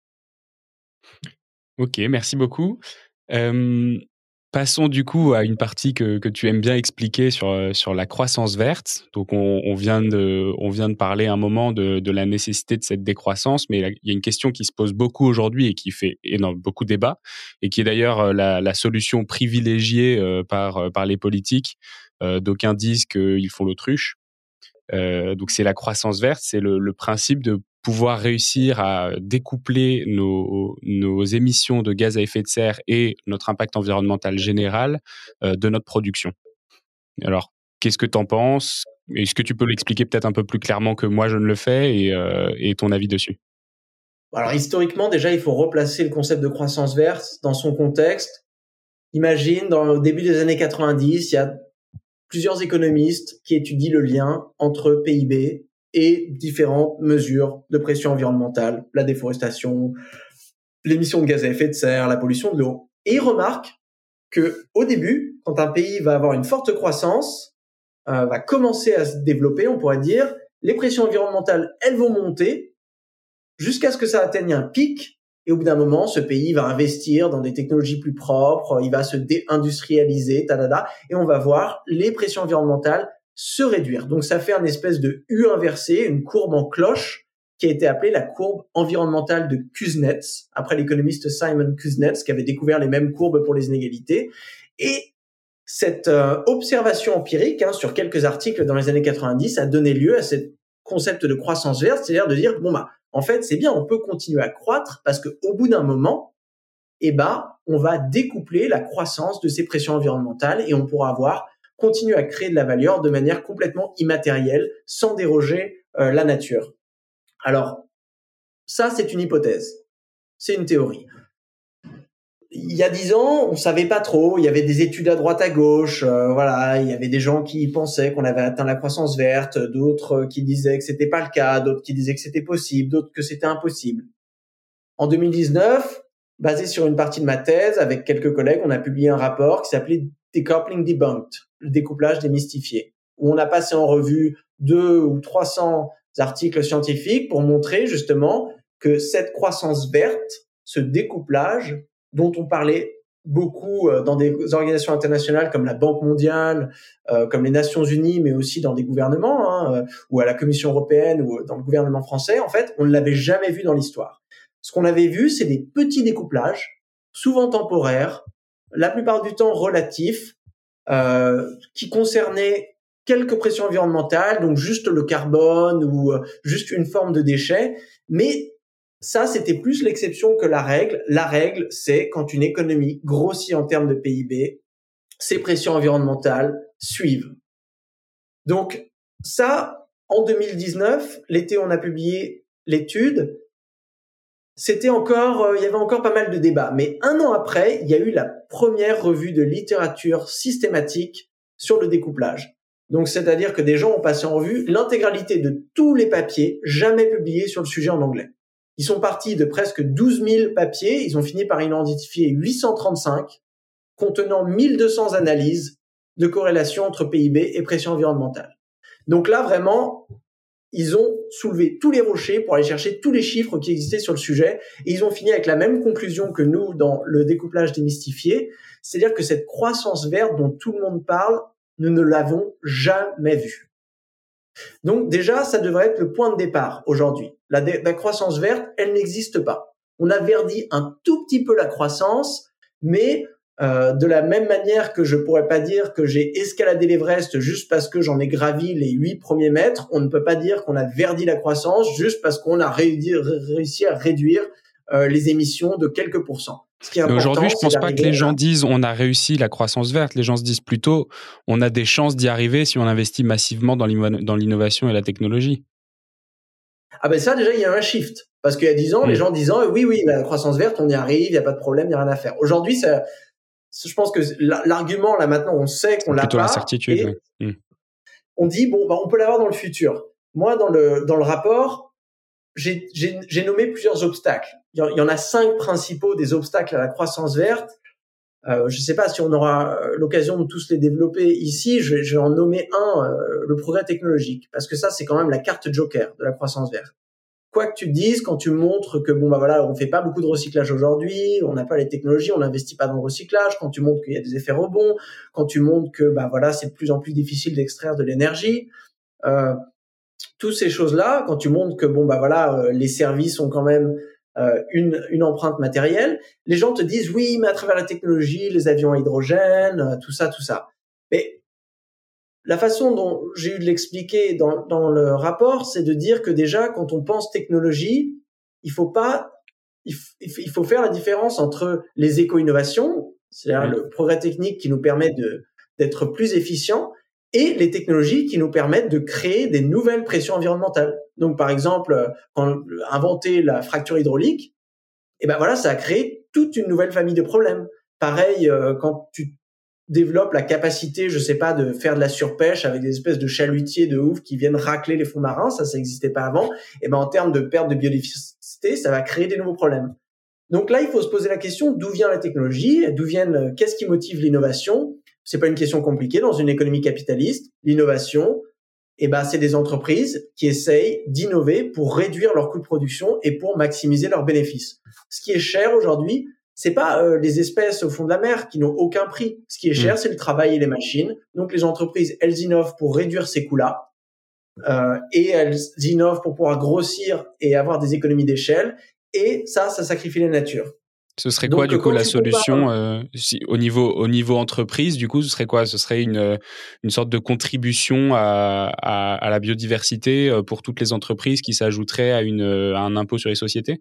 Ok, merci beaucoup. Passons du coup à une partie que tu aimes bien expliquer sur la croissance verte. Donc on vient de parler un moment de la nécessité de cette décroissance, mais il y a une question qui se pose beaucoup aujourd'hui et qui fait beaucoup de débat, et qui est d'ailleurs la solution privilégiée par les politiques. D'aucuns disent qu'ils font l'autruche. Donc c'est la croissance verte, c'est le principe de pouvoir réussir à découpler nos émissions de gaz à effet de serre et notre impact environnemental général de notre production. Alors, qu'est-ce que tu en penses? Est-ce que tu peux l'expliquer peut-être un peu plus clairement que moi je ne le fais et ton avis dessus? Alors historiquement, déjà, il faut replacer le concept de croissance verte dans son contexte. Imagine, au début des années 90, il y a plusieurs économistes qui étudient le lien entre PIB et différentes mesures de pression environnementale, la déforestation, l'émission de gaz à effet de serre, la pollution de l'eau. Et ils remarquent que au début, quand un pays va avoir une forte croissance, va commencer à se développer, on pourrait dire, les pressions environnementales, elles vont monter jusqu'à ce que ça atteigne un pic. Et au bout d'un moment, ce pays va investir dans des technologies plus propres, il va se déindustrialiser, et on va voir les pressions environnementales se réduire. Donc ça fait une espèce de U inversé, une courbe en cloche qui a été appelée la courbe environnementale de Kuznets, après l'économiste Simon Kuznets qui avait découvert les mêmes courbes pour les inégalités. Et cette observation empirique sur quelques articles dans les années 90 a donné lieu à ce concept de croissance verte, c'est-à-dire de dire en fait c'est bien, on peut continuer à croître parce que au bout d'un moment, on va découpler la croissance de ces pressions environnementales et on pourra continuer à créer de la valeur de manière complètement immatérielle, sans déroger la nature. Alors, ça, c'est une hypothèse. C'est une théorie. Il y a 10 ans, on savait pas trop. Il y avait des études à droite, à gauche. Il y avait des gens qui pensaient qu'on avait atteint la croissance verte, d'autres qui disaient que c'était pas le cas, d'autres qui disaient que c'était possible, d'autres que c'était impossible. En 2019, basé sur une partie de ma thèse, avec quelques collègues, on a publié un rapport qui s'appelait Decoupling Debunked, le découplage démystifié, où on a passé en revue 200 ou 300 articles scientifiques pour montrer justement que cette croissance verte, ce découplage dont on parlait beaucoup dans des organisations internationales comme la Banque mondiale, comme les Nations Unies, mais aussi dans des gouvernements, ou à la Commission européenne ou dans le gouvernement français, en fait, on ne l'avait jamais vu dans l'histoire. Ce qu'on avait vu, c'est des petits découplages, souvent temporaires, la plupart du temps relatifs, qui concernaient quelques pressions environnementales, donc juste le carbone ou juste une forme de déchet. Mais ça, c'était plus l'exception que la règle. La règle, c'est quand une économie grossit en termes de PIB, ces pressions environnementales suivent. Donc ça, en 2019, l'été, on a publié l'étude. Il y avait encore pas mal de débats. Mais un an après, il y a eu la première revue de littérature systématique sur le découplage. Donc, c'est-à-dire que des gens ont passé en revue l'intégralité de tous les papiers jamais publiés sur le sujet en anglais. Ils sont partis de presque 12 000 papiers. Ils ont fini par identifier 835 contenant 1200 analyses de corrélation entre PIB et pression environnementale. Donc là, vraiment, ils ont soulevé tous les rochers pour aller chercher tous les chiffres qui existaient sur le sujet et ils ont fini avec la même conclusion que nous dans le découplage démystifié, c'est-à-dire que cette croissance verte dont tout le monde parle, nous ne l'avons jamais vue. Donc déjà, ça devrait être le point de départ aujourd'hui. La croissance verte, elle n'existe pas. On a verdi un tout petit peu la croissance, mais de la même manière que je pourrais pas dire que j'ai escaladé l'Everest juste parce que j'en ai gravi les 8 premiers mètres, on ne peut pas dire qu'on a verdi la croissance juste parce qu'on a réussi à réduire les émissions de quelques pourcents. Mais aujourd'hui, je pense pas que les gens disent on a réussi la croissance verte. Les gens se disent plutôt on a des chances d'y arriver si on investit massivement dans l'innovation et la technologie. Ah ben ça, déjà, il y a un shift. Parce qu'il y a 10 ans, les gens disant oui, la croissance verte, on y arrive, il n'y a pas de problème, il n'y a rien à faire. Aujourd'hui, je pense que l'argument, là, maintenant, on sait qu'on l'a pas. Plutôt l'incertitude. On dit, on peut l'avoir dans le futur. Moi, dans le rapport, j'ai nommé plusieurs obstacles. Il y en a 5 principaux des obstacles à la croissance verte. Je sais pas si on aura l'occasion de tous les développer ici. Je vais en nommer un, le progrès technologique. Parce que ça, c'est quand même la carte joker de la croissance verte. Quoi que tu te dises, quand tu montres que on fait pas beaucoup de recyclage aujourd'hui, on n'a pas les technologies, on n'investit pas dans le recyclage, quand tu montres qu'il y a des effets rebonds, quand tu montres que c'est de plus en plus difficile d'extraire de l'énergie, toutes ces choses-là, quand tu montres que les services ont quand même une empreinte matérielle, les gens te disent oui, mais à travers la technologie, les avions à hydrogène, tout ça. Mais la façon dont j'ai eu de l'expliquer dans le rapport, c'est de dire que déjà, quand on pense technologie, il faut faire la différence entre les éco-innovations, c'est-à-dire le progrès technique qui nous permet d'être plus efficients, et les technologies qui nous permettent de créer des nouvelles pressions environnementales. Donc, par exemple, quand inventer la fracture hydraulique, ça a créé toute une nouvelle famille de problèmes. Pareil, quand tu développe la capacité, je sais pas, de faire de la surpêche avec des espèces de chalutiers de ouf qui viennent racler les fonds marins, ça n'existait pas avant, en termes de perte de biodiversité, ça va créer des nouveaux problèmes. Donc là, il faut se poser la question, d'où vient la technologie, qu'est-ce qui motive l'innovation? C'est pas une question compliquée dans une économie capitaliste. L'innovation, c'est des entreprises qui essayent d'innover pour réduire leurs coûts de production et pour maximiser leurs bénéfices. Ce qui est cher aujourd'hui, c'est pas les espèces au fond de la mer qui n'ont aucun prix. Ce qui est cher, c'est le travail et les machines. Donc les entreprises, elles innovent pour réduire ces coûts-là. Et elles innovent pour pouvoir grossir et avoir des économies d'échelle. Et ça sacrifie la nature. Ce serait quoi, du coup, la solution au niveau entreprise, du coup, ce serait quoi? Ce serait une sorte de contribution à la biodiversité pour toutes les entreprises qui s'ajouterait à un impôt sur les sociétés?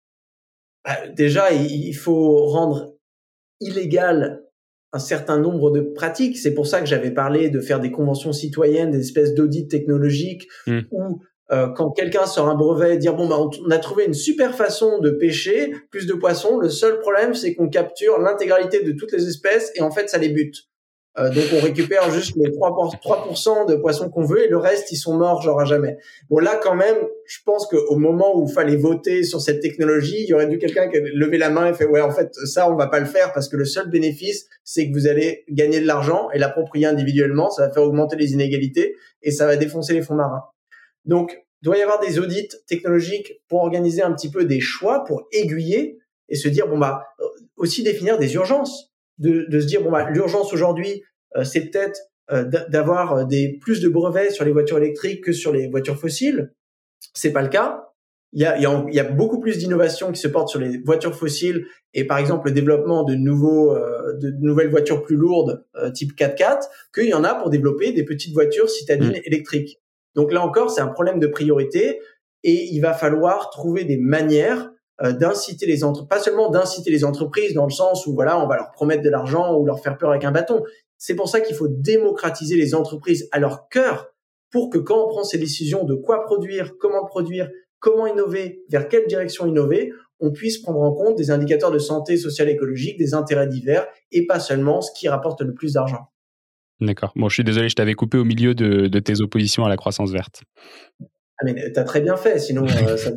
Déjà, il faut rendre illégal un certain nombre de pratiques. C'est pour ça que j'avais parlé de faire des conventions citoyennes, des espèces d'audits technologiques où quand quelqu'un sort un brevet, dire on a trouvé une super façon de pêcher plus de poissons. Le seul problème, c'est qu'on capture l'intégralité de toutes les espèces et en fait, ça les bute. Donc on récupère juste les 3% de poissons qu'on veut et le reste, ils sont morts genre à jamais. Bon là, quand même, je pense qu'au moment où il fallait voter sur cette technologie, il y aurait dû quelqu'un qui lever la main et fait ouais, en fait, ça, on va pas le faire parce que le seul bénéfice, c'est que vous allez gagner de l'argent et l'approprier individuellement, ça va faire augmenter les inégalités et ça va défoncer les fonds marins. Donc, il doit y avoir des audits technologiques pour organiser un petit peu des choix, pour aiguiller et se dire aussi définir des urgences. De se dire l'urgence aujourd'hui c'est peut-être d'avoir plus de brevets sur les voitures électriques que sur les voitures fossiles. C'est pas le cas. Il y a beaucoup plus d'innovations qui se portent sur les voitures fossiles et par exemple le développement de nouvelles voitures plus lourdes type 4x4 qu'il y en a pour développer des petites voitures citadines électriques. Donc là encore, c'est un problème de priorité et il va falloir trouver des manières d'inciter les entreprises, pas seulement d'inciter les entreprises dans le sens où on va leur promettre de l'argent ou leur faire peur avec un bâton. C'est pour ça qu'il faut démocratiser les entreprises à leur cœur pour que quand on prend ces décisions de quoi produire, comment innover, vers quelle direction innover, on puisse prendre en compte des indicateurs de santé sociale et écologique, des intérêts divers et pas seulement ce qui rapporte le plus d'argent. D'accord. Bon, je suis désolé, je t'avais coupé au milieu de tes oppositions à la croissance verte. Ah mais t'as très bien fait, sinon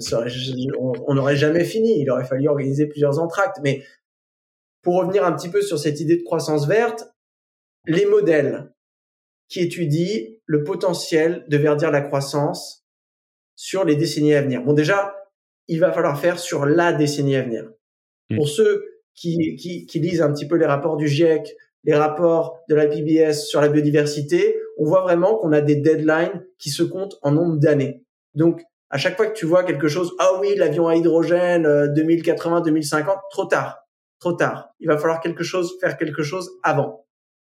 on n'aurait jamais fini. Il aurait fallu organiser plusieurs entractes. Mais pour revenir un petit peu sur cette idée de croissance verte, les modèles qui étudient le potentiel de verdir la croissance sur les décennies à venir. Bon, déjà, il va falloir faire sur la décennie à venir. Pour ceux qui lisent un petit peu les rapports du GIEC, les rapports de la PBS sur la biodiversité, on voit vraiment qu'on a des deadlines qui se comptent en nombre d'années. Donc, à chaque fois que tu vois quelque chose, ah oui, l'avion à hydrogène, 2080, 2050, trop tard. Il va falloir faire quelque chose avant.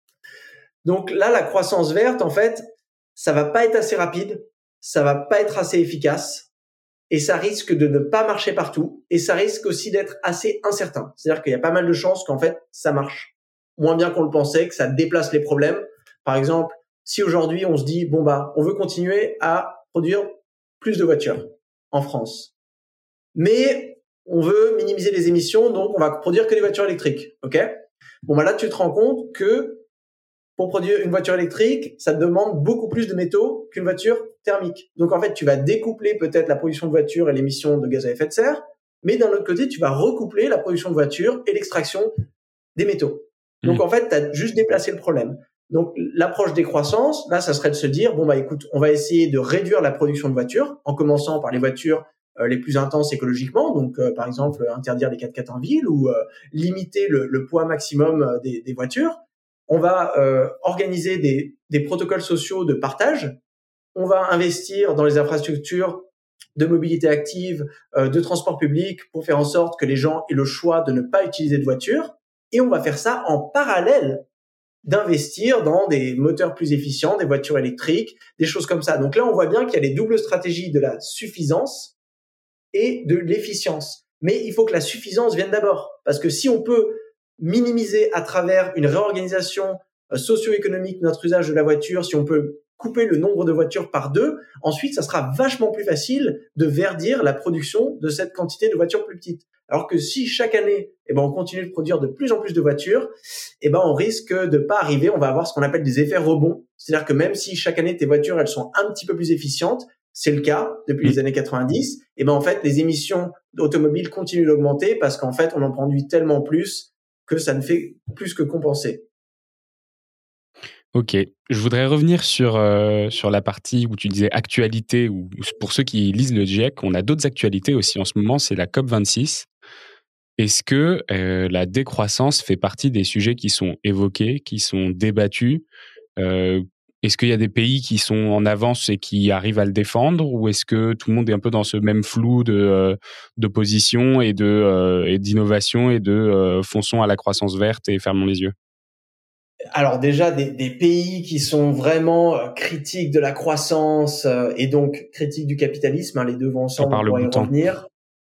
Donc là, la croissance verte, en fait, ça va pas être assez rapide, ça va pas être assez efficace, et ça risque de ne pas marcher partout, et ça risque aussi d'être assez incertain. C'est-à-dire qu'il y a pas mal de chances qu'en fait, ça marche moins bien qu'on le pensait, que ça déplace les problèmes. Par exemple, si aujourd'hui on se dit, on veut continuer à produire plus de voitures en France, mais on veut minimiser les émissions, donc on va produire que des voitures électriques, ok? Là, tu te rends compte que pour produire une voiture électrique, ça demande beaucoup plus de métaux qu'une voiture thermique. Donc, en fait, tu vas découpler peut-être la production de voitures et l'émission de gaz à effet de serre, mais d'un autre côté, tu vas recoupler la production de voitures et l'extraction des métaux. Donc, en fait, tu as juste déplacé le problème. Donc, l'approche décroissance, là, ça serait de se dire, écoute, on va essayer de réduire la production de voitures en commençant par les voitures les plus intenses écologiquement, donc par exemple interdire les 4x4 en ville ou limiter le poids maximum des voitures. On va organiser des protocoles sociaux de partage. On va investir dans les infrastructures de mobilité active, de transport public pour faire en sorte que les gens aient le choix de ne pas utiliser de voiture. Et on va faire ça en parallèle d'investir dans des moteurs plus efficients, des voitures électriques, des choses comme ça. Donc là, on voit bien qu'il y a les doubles stratégies de la suffisance et de l'efficience. Mais il faut que la suffisance vienne d'abord. Parce que si on peut minimiser à travers une réorganisation socio-économique notre usage de la voiture, si on peut couper le nombre de voitures par 2, ensuite, ça sera vachement plus facile de verdir la production de cette quantité de voitures plus petites. Alors que si chaque année, on continue de produire de plus en plus de voitures, on risque de pas arriver, on va avoir ce qu'on appelle des effets rebonds. C'est-à-dire que même si chaque année, tes voitures, elles sont un petit peu plus efficientes, c'est le cas depuis les années 90, en fait, les émissions automobiles continuent d'augmenter parce qu'en fait, on en produit tellement plus que ça ne fait plus que compenser. Ok, je voudrais revenir sur la partie où tu disais actualité, ou pour ceux qui lisent le GIEC, on a d'autres actualités aussi en ce moment, c'est la COP26. Est-ce que la décroissance fait partie des sujets qui sont évoqués, qui sont débattus? Est-ce qu'il y a des pays qui sont en avance et qui arrivent à le défendre, ou est-ce que tout le monde est un peu dans ce même flou d'opposition et d'innovation et fonçons à la croissance verte et fermons les yeux? Alors déjà, des pays qui sont vraiment critiques de la croissance et donc critiques du capitalisme, hein, les deux vont ensemble, on pourra y revenir.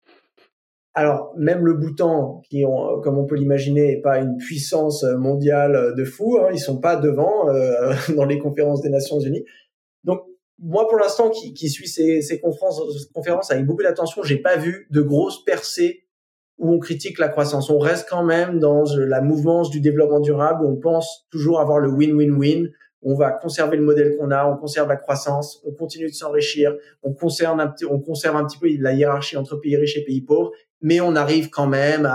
Alors, même le Bhoutan, qui, comme on peut l'imaginer, n'est pas une puissance mondiale de fou, hein, ils sont pas devant dans les conférences des Nations Unies. Donc, moi, pour l'instant, qui suis ces conférences avec beaucoup d'attention, j'ai pas vu de grosses percées où on critique la croissance. On reste quand même dans la mouvance du développement durable, où on pense toujours avoir le win-win-win. On va conserver le modèle qu'on a, on conserve la croissance, on continue de s'enrichir, on conserve un petit peu la hiérarchie entre pays riches et pays pauvres, mais on arrive quand même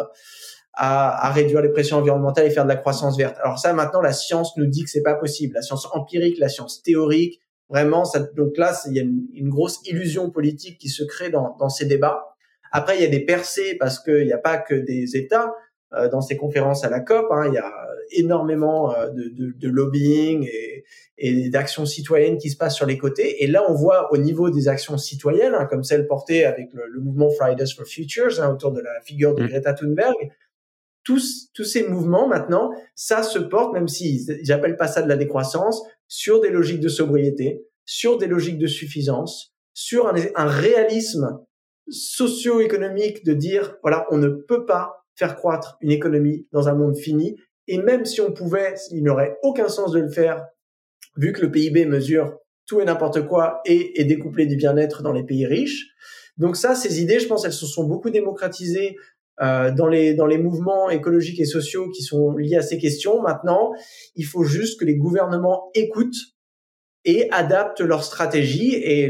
à réduire les pressions environnementales et faire de la croissance verte. Alors ça, maintenant, la science nous dit que c'est pas possible. La science empirique, la science théorique, vraiment, ça, donc là, il y a une grosse illusion politique qui se crée dans ces débats. Après, il y a des percées parce qu'il n'y a pas que des États dans ces conférences à la COP. Hein, il y a énormément de lobbying et d'actions citoyennes qui se passent sur les côtés. Et là, on voit au niveau des actions citoyennes, hein, comme celle portée avec le mouvement Fridays for Futures, hein, autour de la figure de Greta Thunberg, tous ces mouvements maintenant, ça se porte, même si j'appelle pas ça de la décroissance, sur des logiques de sobriété, sur des logiques de suffisance, sur un réalisme socio-économique de dire, voilà, on ne peut pas faire croître une économie dans un monde fini. Et même si on pouvait, il n'aurait aucun sens de le faire, vu que le PIB mesure tout et n'importe quoi et est découplé du bien-être dans les pays riches. Donc ça, ces idées, je pense, elles se sont beaucoup démocratisées dans les mouvements écologiques et sociaux qui sont liés à ces questions. Maintenant, il faut juste que les gouvernements écoutent et adaptent leur stratégie. Et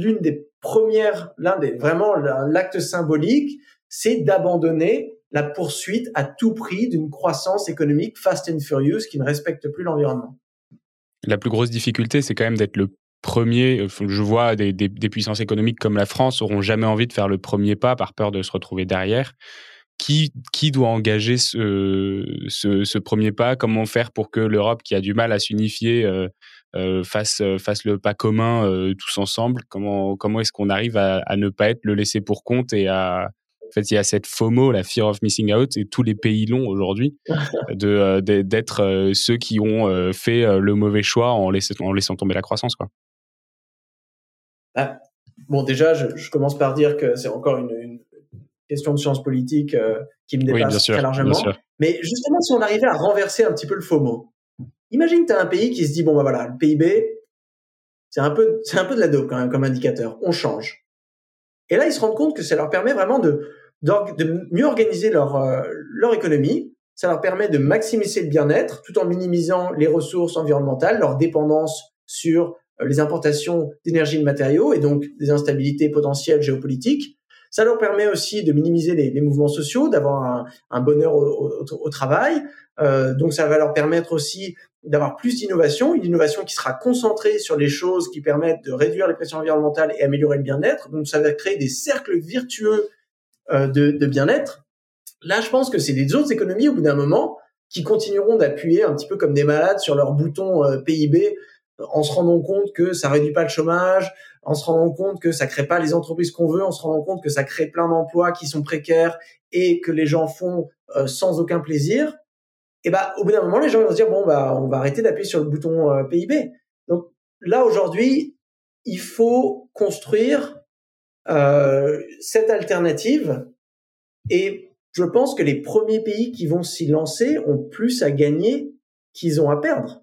l'acte symbolique, c'est d'abandonner la poursuite à tout prix d'une croissance économique fast and furious qui ne respecte plus l'environnement. La plus grosse difficulté, c'est quand même d'être le premier. Je vois des puissances économiques comme la France n'auront jamais envie de faire le premier pas par peur de se retrouver derrière. Qui doit engager ce premier pas? Comment faire pour que l'Europe, qui a du mal à s'unifier, fasse le pas commun tous ensemble? Comment est-ce qu'on arrive à ne pas être le laissé pour compte et en fait, il y a cette FOMO, la fear of missing out, et tous les pays l'ont aujourd'hui, d'être ceux qui ont fait le mauvais choix en laissant tomber la croissance, quoi. Ah, bon, déjà, je commence par dire que c'est encore une question de science politique qui me dépasse très largement. Mais justement, si on arrivait à renverser un petit peu le FOMO, imagine que tu as un pays qui se dit, bon, bah voilà, le PIB, c'est un peu de la dope quand même comme indicateur. On change. Et là, ils se rendent compte que ça leur permet vraiment de mieux organiser leur économie. Ça leur permet de maximiser le bien-être tout en minimisant les ressources environnementales, leur dépendance sur les importations d'énergie et de matériaux et donc des instabilités potentielles géopolitiques. Ça leur permet aussi de minimiser les mouvements sociaux, d'avoir un bonheur au travail. Donc, ça va leur permettre aussi d'avoir plus d'innovation, une innovation qui sera concentrée sur les choses qui permettent de réduire les pressions environnementales et améliorer le bien-être. Donc, ça va créer des cercles vertueux de bien-être. Là, je pense que c'est des autres économies, au bout d'un moment, qui continueront d'appuyer un petit peu comme des malades sur leur bouton PIB, en se rendant compte que ça réduit pas le chômage, en se rendant compte que ça crée pas les entreprises qu'on veut, en se rendant compte que ça crée plein d'emplois qui sont précaires et que les gens font sans aucun plaisir. Et bah, au bout d'un moment, les gens vont se dire, bon, bah, on va arrêter d'appuyer sur le bouton PIB. Donc là, aujourd'hui, il faut construire cette alternative. Et je pense que les premiers pays qui vont s'y lancer ont plus à gagner qu'ils ont à perdre.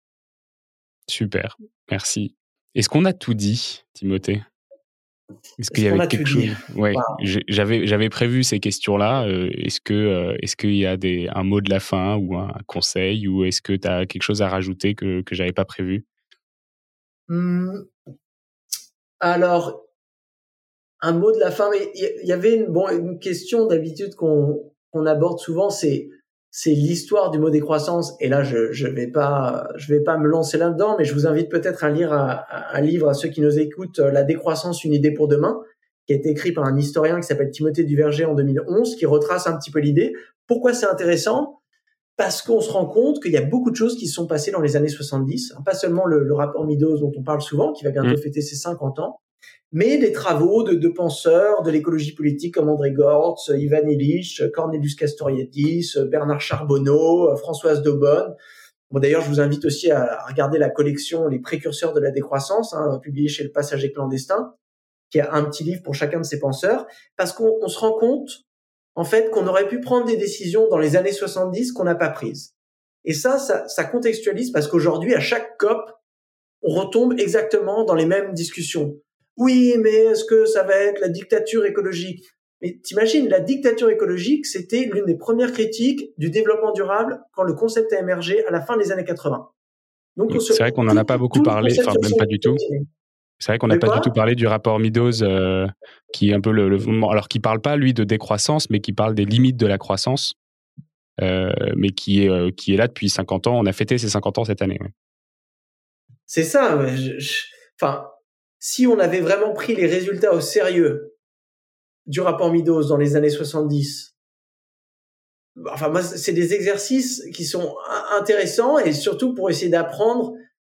Super, merci. Est-ce qu'on a tout dit, Timothée? Est-ce qu'il y avait quelque chose? Ouais, wow. J'avais prévu ces questions-là. Est-ce qu'il y a un mot de la fin ou un conseil, ou est-ce que tu as quelque chose à rajouter que j'avais pas prévu? Alors, un mot de la fin, mais il y avait une question d'habitude qu'on aborde souvent, c'est l'histoire du mot décroissance. Et là, je vais pas me lancer là-dedans, mais je vous invite peut-être à lire un livre à ceux qui nous écoutent, La décroissance, une idée pour demain, qui a été écrit par un historien qui s'appelle Timothée Duverger en 2011, qui retrace un petit peu l'idée. Pourquoi c'est intéressant ? Parce qu'on se rend compte qu'il y a beaucoup de choses qui se sont passées dans les années 70, pas seulement le rapport Meadows dont on parle souvent, qui va bientôt fêter ses 50 ans, mais les travaux de penseurs de l'écologie politique comme André Gortz, Ivan Illich, Cornelius Castoriadis, Bernard Charbonneau, Françoise Daubonne. Bon, d'ailleurs, je vous invite aussi à regarder la collection Les précurseurs de la décroissance, publiée chez Le Passager clandestin, qui a un petit livre pour chacun de ces penseurs, parce qu'on se rend compte, en fait, qu'on aurait pu prendre des décisions dans les années 70 qu'on n'a pas prises. Et ça contextualise, parce qu'aujourd'hui, à chaque COP, on retombe exactement dans les mêmes discussions. Oui, mais est-ce que ça va être la dictature écologique ? Mais t'imagines, la dictature écologique, c'était l'une des premières critiques du développement durable quand le concept a émergé à la fin des années 80. Donc, c'est vrai qu'on n'en a pas beaucoup parlé, enfin même pas du tout. C'est vrai qu'on n'a pas du tout parlé du rapport Meadows, qui est un peu alors qui parle pas lui de décroissance, mais qui parle des limites de la croissance, mais qui est là depuis 50 ans. On a fêté ses 50 ans cette année. Ouais. C'est ça. Enfin, si on avait vraiment pris les résultats au sérieux du rapport Meadows dans les années 70, enfin moi, c'est des exercices qui sont intéressants et surtout pour essayer d'apprendre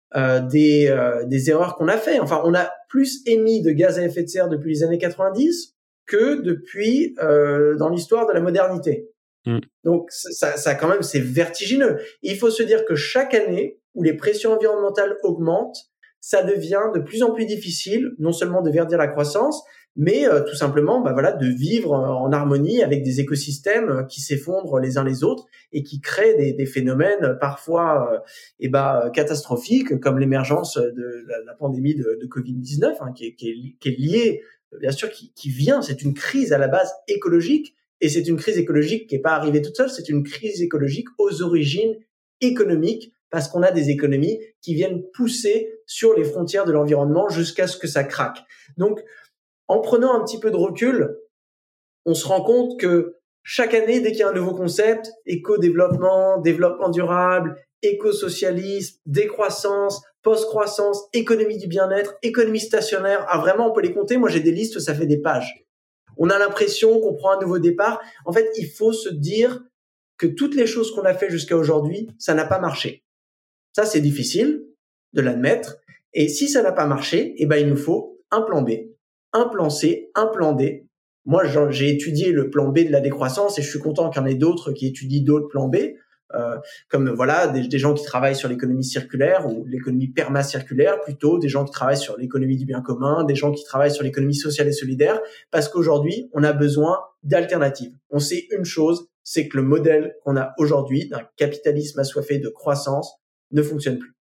des erreurs qu'on a fait. Enfin, on a plus émis de gaz à effet de serre depuis les années 90 que depuis dans l'histoire de la modernité. Donc ça quand même, c'est vertigineux. Et il faut se dire que chaque année où les pressions environnementales augmentent, ça devient de plus en plus difficile, non seulement de verdir la croissance, mais tout simplement de vivre en harmonie avec des écosystèmes qui s'effondrent les uns les autres et qui créent des phénomènes parfois catastrophiques, comme l'émergence de la pandémie de Covid-19, qui est liée, bien sûr, qui vient, c'est une crise à la base écologique, et c'est une crise écologique qui n'est pas arrivée toute seule, c'est une crise écologique aux origines économiques, parce qu'on a des économies qui viennent pousser sur les frontières de l'environnement jusqu'à ce que ça craque. Donc, en prenant un petit peu de recul, on se rend compte que chaque année, dès qu'il y a un nouveau concept, éco-développement, développement durable, éco-socialisme, décroissance, post-croissance, économie du bien-être, économie stationnaire, vraiment, on peut les compter. Moi, j'ai des listes, ça fait des pages. On a l'impression qu'on prend un nouveau départ. En fait, il faut se dire que toutes les choses qu'on a fait jusqu'à aujourd'hui, ça n'a pas marché. Ça, c'est difficile de l'admettre. Et si ça n'a pas marché, il nous faut un plan B, un plan C, un plan D. Moi, j'ai étudié le plan B de la décroissance et je suis content qu'il y en ait d'autres qui étudient d'autres plans B, comme des gens qui travaillent sur l'économie circulaire ou l'économie permacirculaire plutôt, des gens qui travaillent sur l'économie du bien commun, des gens qui travaillent sur l'économie sociale et solidaire, parce qu'aujourd'hui, on a besoin d'alternatives. On sait une chose, c'est que le modèle qu'on a aujourd'hui d'un capitalisme assoiffé de croissance ne fonctionne plus.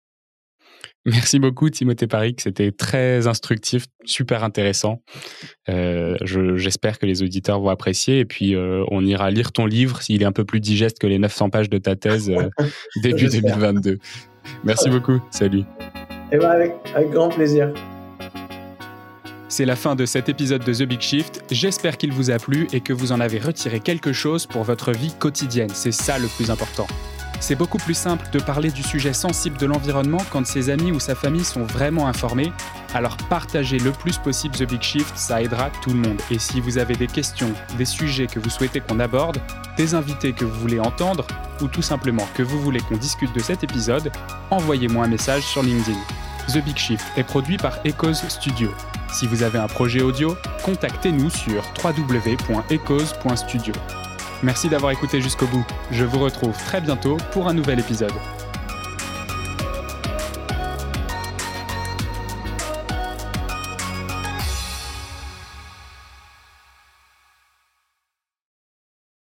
Merci beaucoup Timothée Paric, c'était très instructif, super intéressant. J'espère que les auditeurs vont apprécier et puis on ira lire ton livre s'il est un peu plus digeste que les 900 pages de ta thèse début 2022. Merci beaucoup, salut. Et avec grand plaisir. C'est la fin de cet épisode de The Big Shift. J'espère qu'il vous a plu et que vous en avez retiré quelque chose pour votre vie quotidienne. C'est ça le plus important. C'est beaucoup plus simple de parler du sujet sensible de l'environnement quand ses amis ou sa famille sont vraiment informés. Alors partagez le plus possible The Big Shift, ça aidera tout le monde. Et si vous avez des questions, des sujets que vous souhaitez qu'on aborde, des invités que vous voulez entendre, ou tout simplement que vous voulez qu'on discute de cet épisode, envoyez-moi un message sur LinkedIn. The Big Shift est produit par Echoes Studio. Si vous avez un projet audio, contactez-nous sur www.echoes.studio. Merci d'avoir écouté jusqu'au bout. Je vous retrouve très bientôt pour un nouvel épisode.